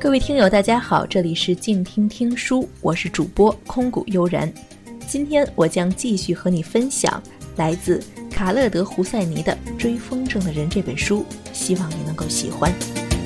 各位听友大家好，这里是静听听书，我是主播空谷悠然。今天我将继续和你分享来自卡勒德·胡塞尼的《追风筝的人》这本书，希望你能够喜欢。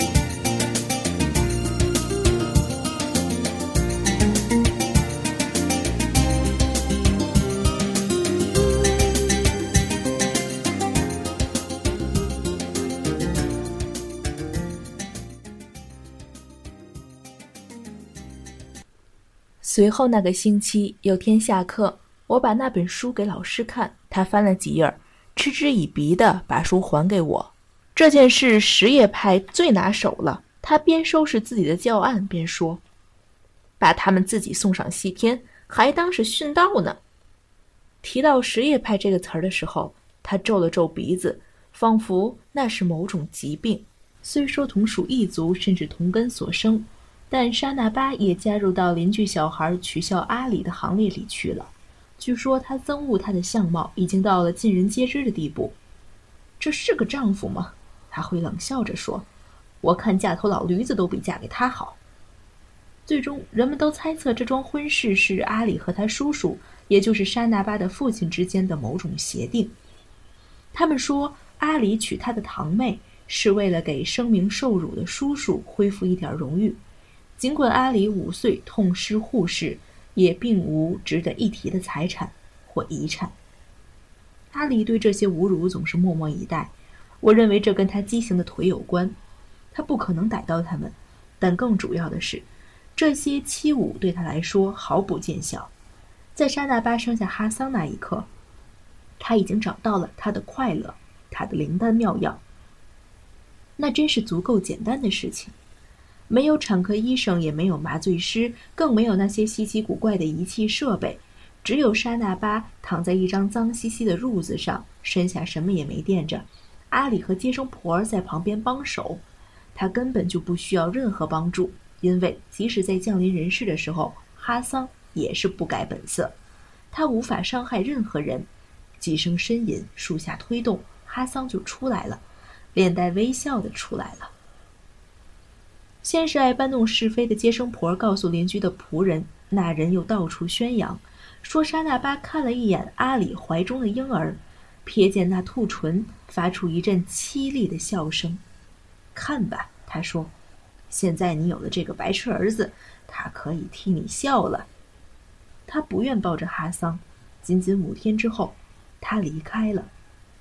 随后那个星期，有天下课，我把那本书给老师看，他翻了几页，嗤之以鼻地把书还给我。这件事什叶派最拿手了，他边收拾自己的教案边说，把他们自己送上西天，还当是殉道呢。提到什叶派这个词儿的时候，他皱了皱鼻子，仿佛那是某种疾病。虽说同属一族，甚至同根所生，但沙那巴也加入到邻居小孩取笑阿里的行列里去了。据说他憎恶他的相貌已经到了尽人皆知的地步。这是个丈夫吗？他会冷笑着说，我看嫁头老驴子都比嫁给他好。最终人们都猜测这桩婚事是阿里和他叔叔，也就是沙那巴的父亲之间的某种协定。他们说阿里娶他的堂妹是为了给声名受辱的叔叔恢复一点荣誉，尽管阿里5岁痛失护士，也并无值得一提的财产或遗产。阿里对这些侮辱总是默默以待，我认为这跟他畸形的腿有关。他不可能逮到他们，但更主要的是，这些欺侮对他来说毫不见效。在沙那巴生下哈桑那一刻，他已经找到了他的快乐，他的灵丹妙药。那真是足够简单的事情。没有产科医生，也没有麻醉师，更没有那些稀奇古怪的仪器设备，只有沙那巴躺在一张脏兮兮的褥子上，身下什么也没垫着，阿里和接生婆在旁边帮手。他根本就不需要任何帮助，因为即使在降临人世的时候，哈桑也是不改本色，他无法伤害任何人。几声呻吟，树下推动，哈桑就出来了，脸带微笑地出来了。先是爱搬弄是非的接生婆告诉邻居的仆人，那人又到处宣扬，说沙那巴看了一眼阿里怀中的婴儿，瞥见那兔唇，发出一阵凄厉的笑声。看吧，他说，现在你有了这个白痴儿子，他可以替你笑了。他不愿抱着哈桑，仅仅5天之后，他离开了。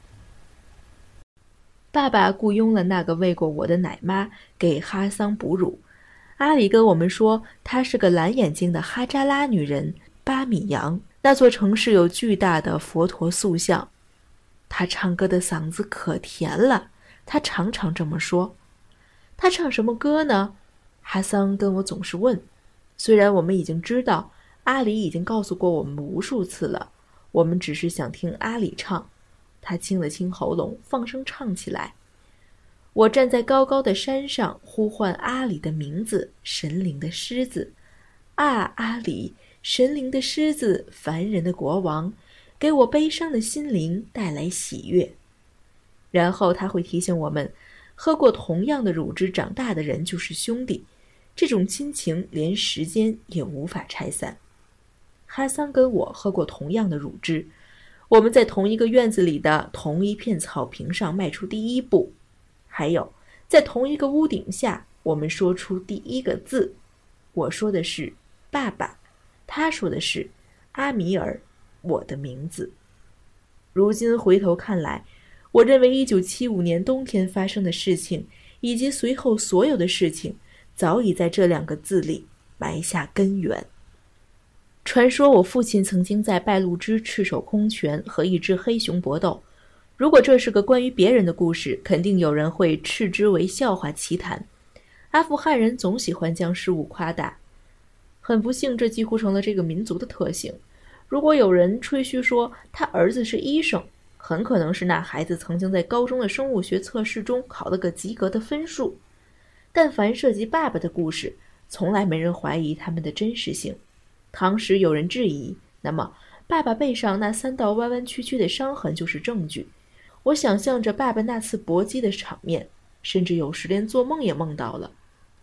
爸爸雇佣了那个喂过我的奶妈给哈桑哺乳。阿里跟我们说，她是个蓝眼睛的哈扎拉女人，巴米扬那座城市有巨大的佛陀塑像。她唱歌的嗓子可甜了，她常常这么说。她唱什么歌呢？哈桑跟我总是问。虽然我们已经知道，阿里已经告诉过我们无数次了，我们只是想听阿里唱。他清了清喉咙，放声唱起来。我站在高高的山上，呼唤阿里的名字，神灵的狮子。啊，阿里，神灵的狮子，凡人的国王，给我悲伤的心灵带来喜悦。然后他会提醒我们，喝过同样的乳汁长大的人就是兄弟，这种亲情连时间也无法拆散。哈桑跟我喝过同样的乳汁，我们在同一个院子里的同一片草坪上迈出第一步，还有在同一个屋顶下，我们说出第一个字。我说的是爸爸，他说的是阿米尔，我的名字。如今回头看来，我认为1975年冬天发生的事情，以及随后所有的事情，早已在这2个字里埋下根源。传说我父亲曾经在拜路支赤手空拳和一只黑熊搏斗。如果这是个关于别人的故事，肯定有人会斥之为笑话奇谈。阿富汗人总喜欢将事物夸大，很不幸，这几乎成了这个民族的特性。如果有人吹嘘说他儿子是医生，很可能是那孩子曾经在高中的生物学测试中考了个及格的分数。但凡涉及爸爸的故事，从来没人怀疑他们的真实性。倘使有人质疑，那么爸爸背上那3道弯弯曲曲的伤痕就是证据。我想象着爸爸那次搏击的场面，甚至有时连做梦也梦到了。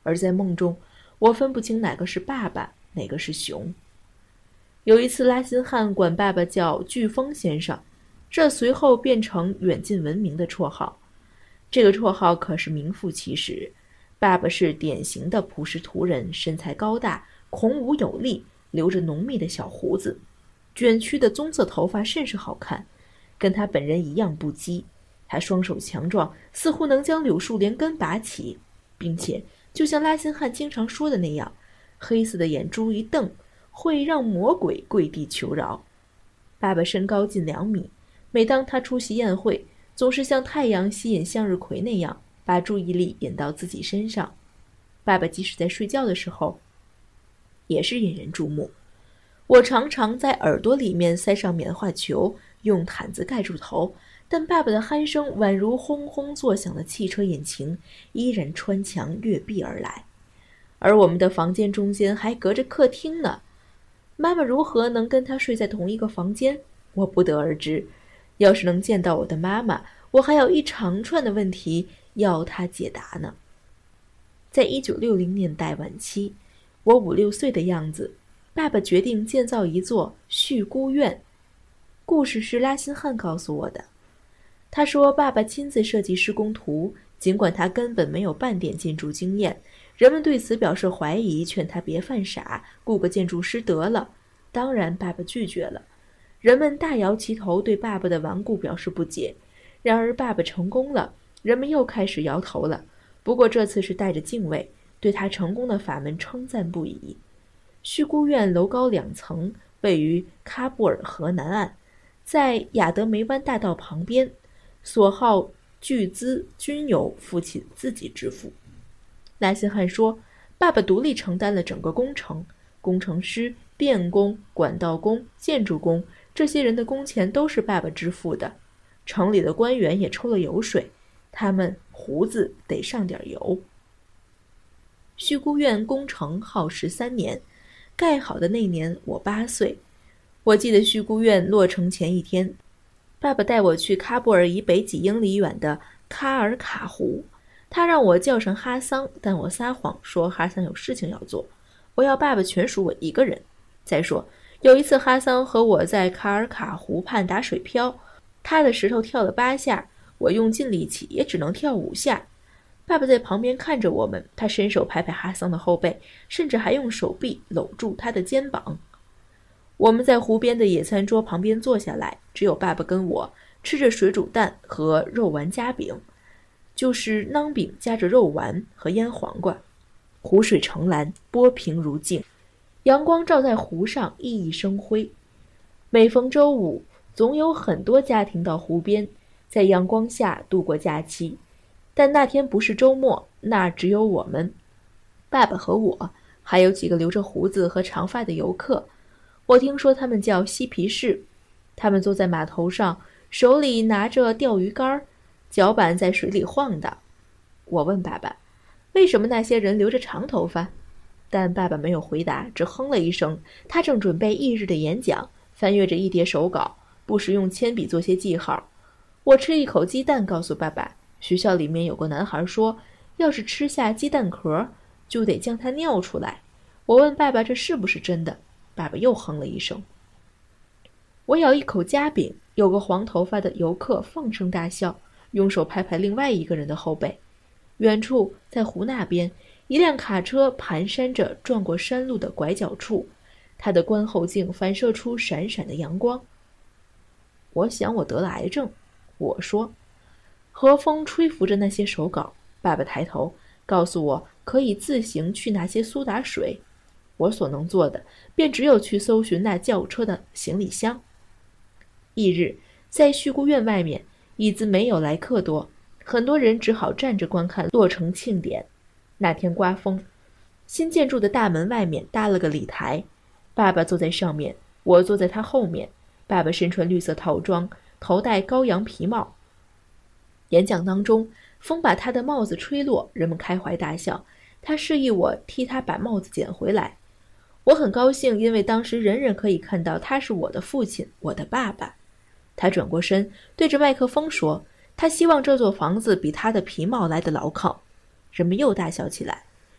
而在梦中，我分不清哪个是爸爸，哪个是熊。有一次，拉辛汉管爸爸叫飓风先生，这随后变成远近闻名的绰号。这个绰号可是名副其实，爸爸是典型的普什图人，身材高大，孔武有力，留着浓密的小胡子，卷曲的棕色头发甚是好看，跟他本人一样不羁。他双手强壮，似乎能将柳树连根拔起，并且就像拉辛汉经常说的那样，黑色的眼珠一瞪，会让魔鬼跪地求饶。爸爸身高近2米，每当他出席宴会，总是像太阳吸引向日葵那样，把注意力引到自己身上。爸爸即使在睡觉的时候，也是引人注目。我常常在耳朵里面塞上棉花球，用毯子盖住头，但爸爸的鼾声宛如轰轰作响的汽车引擎，依然穿墙越壁而来。而我们的房间中间还隔着客厅呢。妈妈如何能跟他睡在同一个房间，我不得而知。要是能见到我的妈妈，我还有一长串的问题要她解答呢。在1960年代晚期，我5、6岁的样子，爸爸决定建造一座恤孤院。故事是拉辛汉告诉我的。他说爸爸亲自设计施工图，尽管他根本没有半点建筑经验，人们对此表示怀疑，劝他别犯傻，雇个建筑师得了。当然爸爸拒绝了。人们大摇其头，对爸爸的顽固表示不解。然而爸爸成功了，人们又开始摇头了，不过这次是带着敬畏，对他成功的法门称赞不已。恤孤院楼高2层，位于喀布尔河南岸，在亚德梅湾大道旁边，所耗巨资均由父亲自己支付。拉辛汉说，爸爸独立承担了整个工程，工程师、电工、管道工、建筑工，这些人的工钱都是爸爸支付的。城里的官员也抽了油水，他们胡子得上点油。恤孤院工程耗时3年，盖好的那年我8岁。我记得恤孤院落成前一天，爸爸带我去喀布尔以北几英里远的喀尔卡湖。他让我叫上哈桑，但我撒谎说哈桑有事情要做，我要爸爸全属我一个人。再说有一次哈桑和我在喀尔卡湖畔打水漂，他的石头跳了8下，我用尽力气也只能跳5下。爸爸在旁边看着我们，他伸手拍拍哈桑的后背，甚至还用手臂搂住他的肩膀。我们在湖边的野餐桌旁边坐下来，只有爸爸跟我，吃着水煮蛋和肉丸夹饼，就是馕饼夹着肉丸和腌黄瓜。湖水澄蓝，波平如镜，阳光照在湖上熠熠生辉。每逢周五，总有很多家庭到湖边，在阳光下度过假期。但那天不是周末，那只有我们，爸爸和我，还有几个留着胡子和长发的游客。我听说他们叫嬉皮士。他们坐在码头上，手里拿着钓鱼竿，脚板在水里晃荡。我问爸爸，为什么那些人留着长头发？但爸爸没有回答，只哼了一声。他正准备翌日的演讲，翻阅着一叠手稿，不时用铅笔做些记号。我吃一口鸡蛋，告诉爸爸，学校里面有个男孩说，要是吃下鸡蛋壳，就得将它尿出来。我问爸爸这是不是真的，爸爸又哼了一声。我咬一口夹饼，有个黄头发的游客放声大笑，用手拍拍另外一个人的后背。远处，在湖那边，一辆卡车蹒跚着转过山路的拐角处，它的观后镜反射出闪闪的阳光。我想我得了癌症，我说。和风吹拂着那些手稿，爸爸抬头告诉我可以自行去拿些苏打水。我所能做的便只有去搜寻那轿车的行李箱。翌日，在恤孤院外面，椅子没有来客多，很多人只好站着观看落成庆典。那天刮风，新建筑的大门外面搭了个礼台，爸爸坐在上面，我坐在他后面。爸爸身穿绿色套装，头戴羔羊皮帽。演讲当中，风把他的帽子吹落，人们开怀大笑。他示意我替他把帽子捡回来。我很高兴，因为当时人人可以看到他是我的父亲，我的爸爸。他转过身，对着麦克风说，他希望这座房子比他的皮帽来得牢靠。人们又大笑起来。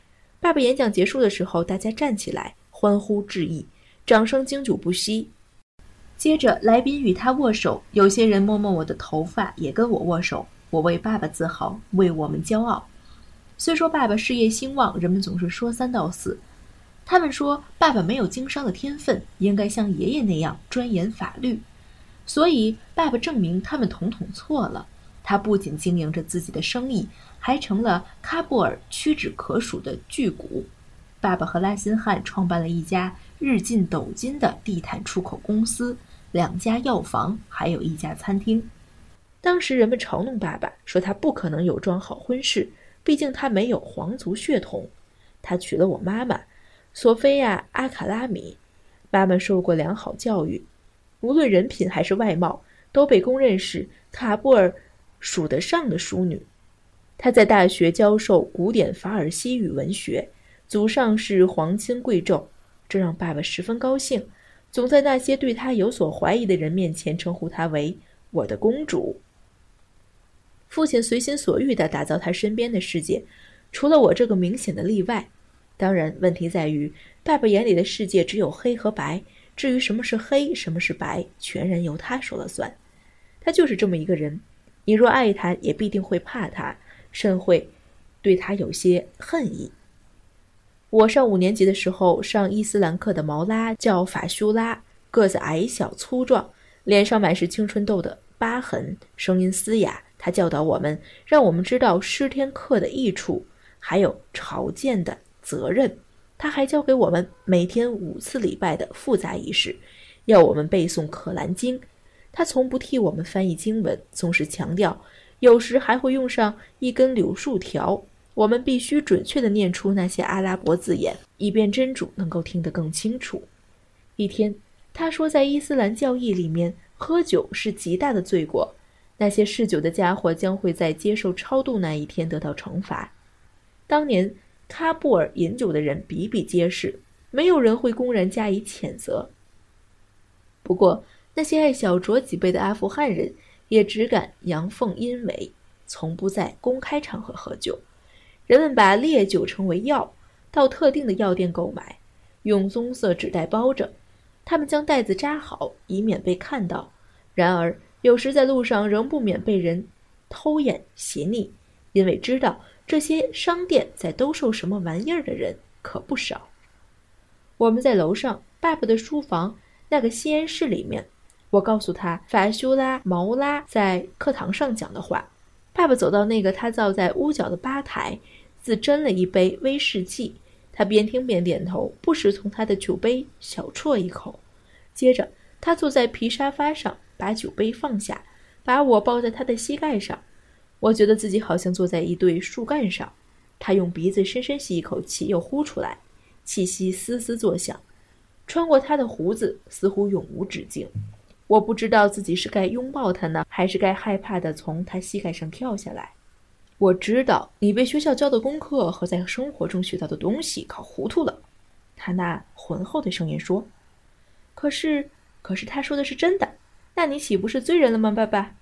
爸爸演讲结束的时候，大家站起来欢呼致意，掌声经久不息。接着来宾与他握手，有些人摸摸我的头发，也跟我握手。我为爸爸自豪，为我们骄傲。虽说爸爸事业兴旺，人们总是说三道四。他们说爸爸没有经商的天分，应该像爷爷那样钻研法律。所以爸爸证明他们统统错了。他不仅经营着自己的生意，还成了喀布尔屈指可数的巨贾。爸爸和拉辛汉创办了一家日进斗金的地毯出口公司，2家药房，还有1家餐厅。当时人们嘲弄爸爸，说他不可能有桩好婚事，毕竟他没有皇族血统。他娶了我妈妈索菲亚·阿卡拉米，妈妈受过良好教育，无论人品还是外貌，都被公认是喀布尔数得上的淑女。她在大学教授古典法尔西语文学，祖上是皇亲贵胄，这让爸爸十分高兴，总在那些对他有所怀疑的人面前称呼她为我的公主。父亲随心所欲地打造他身边的世界，除了我这个明显的例外。当然，问题在于爸爸眼里的世界只有黑和白，至于什么是黑，什么是白，全然由他说了算。他就是这么一个人，你若爱他，也必定会怕他，甚会对他有些恨意。我上5年级的时候，上伊斯兰课的毛拉叫法修拉，个子矮小粗壮，脸上满是青春痘的疤痕，声音嘶哑。他教导我们，让我们知道诗天课的益处，还有朝见的责任。他还教给我们每天5次礼拜的复杂仪式，要我们背诵可兰经。他从不替我们翻译经文，总是强调，有时还会用上一根柳树条，我们必须准确地念出那些阿拉伯字眼，以便真主能够听得更清楚。一天，他说在伊斯兰教义里面，喝酒是极大的罪过，那些嗜酒的家伙将会在接受超度那一天得到惩罚。当年喀布尔饮酒的人比比皆是，没有人会公然加以谴责。不过那些爱小酌几杯的阿富汗人也只敢阳奉阴违，从不在公开场合喝酒。人们把烈酒称为药，到特定的药店购买，用棕色纸袋包着，他们将袋子扎好，以免被看到。然而有时在路上仍不免被人偷眼袭逆，因为知道这些商店在兜售什么玩意儿的人可不少。我们在楼上爸爸的书房那个吸烟室里面，我告诉他法修拉·毛拉在课堂上讲的话。爸爸走到那个他造在屋角的吧台，自斟了一杯威士忌，他边听边点头，不时从他的酒杯小啜一口。接着他坐在皮沙发上，把酒杯放下，把我抱在他的膝盖上。我觉得自己好像坐在一对树干上。他用鼻子深深吸一口气，又呼出来，气息嘶嘶作响，穿过他的胡子，似乎永无止境。我不知道自己是该拥抱他呢，还是该害怕地从他膝盖上跳下来。我知道你被学校教的功课和在生活中学到的东西搞糊涂了，他那浑厚的声音说。可是他说的是真的，那你岂不是罪人了吗，爸爸？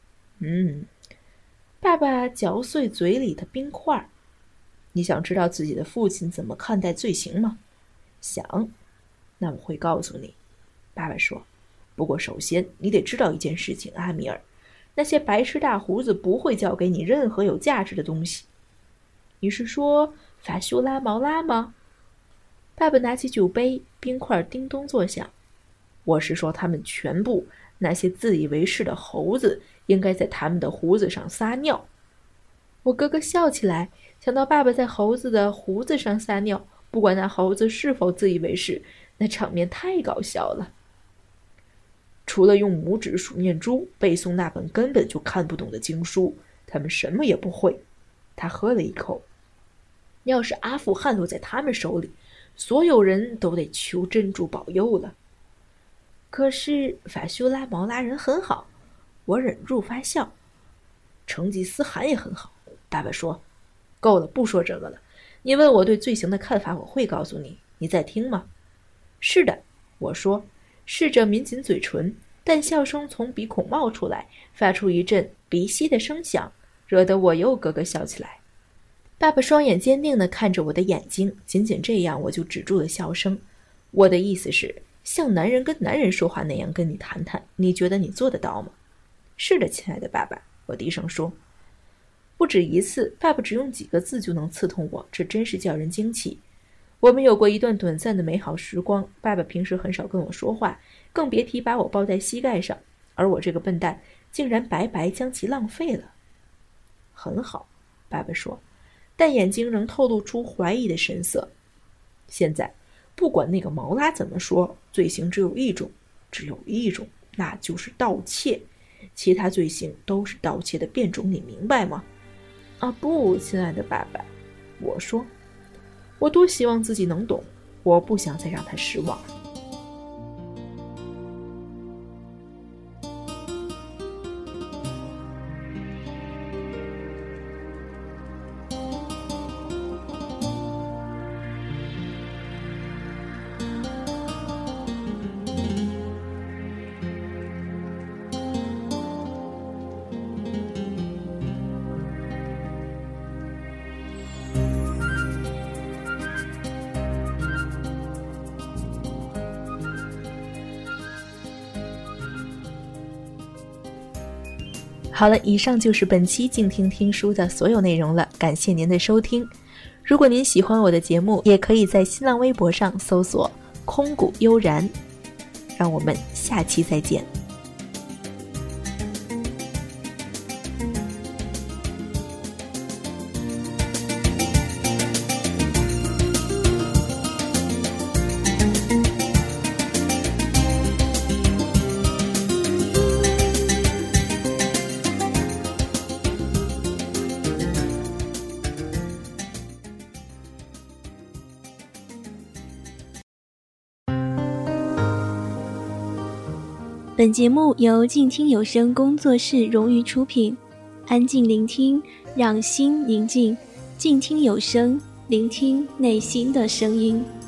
爸爸嚼碎嘴里的冰块。你想知道自己的父亲怎么看待罪行吗？想，那我会告诉你，爸爸说。不过首先你得知道一件事情，阿米尔，那些白痴大胡子不会教给你任何有价值的东西。你是说法修拉·毛拉吗？爸爸拿起酒杯，冰块叮咚作响。我是说他们全部，那些自以为是的猴子应该在他们的胡子上撒尿。我咯咯笑起来，想到爸爸在猴子的胡子上撒尿，不管那猴子是否自以为是，那场面太搞笑了。除了用拇指数念珠，背诵那本根本就看不懂的经书，他们什么也不会。他喝了一口。要是阿富汗落在他们手里，所有人都得求真主保佑了。可是法修拉·毛拉人很好，我忍住发笑。成吉思汗也很好，爸爸说。够了，不说这个了。你问我对罪行的看法，我会告诉你。你在听吗？是的，我说，试着抿紧嘴唇，但笑声从鼻孔冒出来，发出一阵鼻息的声响，惹得我又咯咯笑起来。 爸爸双眼坚定地看着我的眼睛，仅仅这样我就止住了笑声。我的意思是，像男人跟男人说话那样跟你谈谈，你觉得你做得到吗？是的，亲爱的爸爸，我低声说。不止一次，爸爸只用几个字就能刺痛我，这真是叫人惊奇。我们有过一段短暂的美好时光，爸爸平时很少跟我说话，更别提把我抱在膝盖上，而我这个笨蛋竟然白白将其浪费了。很好，爸爸说，但眼睛仍透露出怀疑的神色。现在不管那个毛拉怎么说，罪行只有一种，那就是盗窃，其他罪行都是盗窃的变种，你明白吗？啊不，亲爱的爸爸，我说，我多希望自己能懂，我不想再让他失望。好了，以上就是本期静听听书的所有内容了，感谢您的收听。如果您喜欢我的节目，也可以在新浪微博上搜索空谷悠然。让我们下期再见。 本节目由静听有声工作室荣誉出品，安静聆听，让心宁静，静听有声，聆听内心的声音。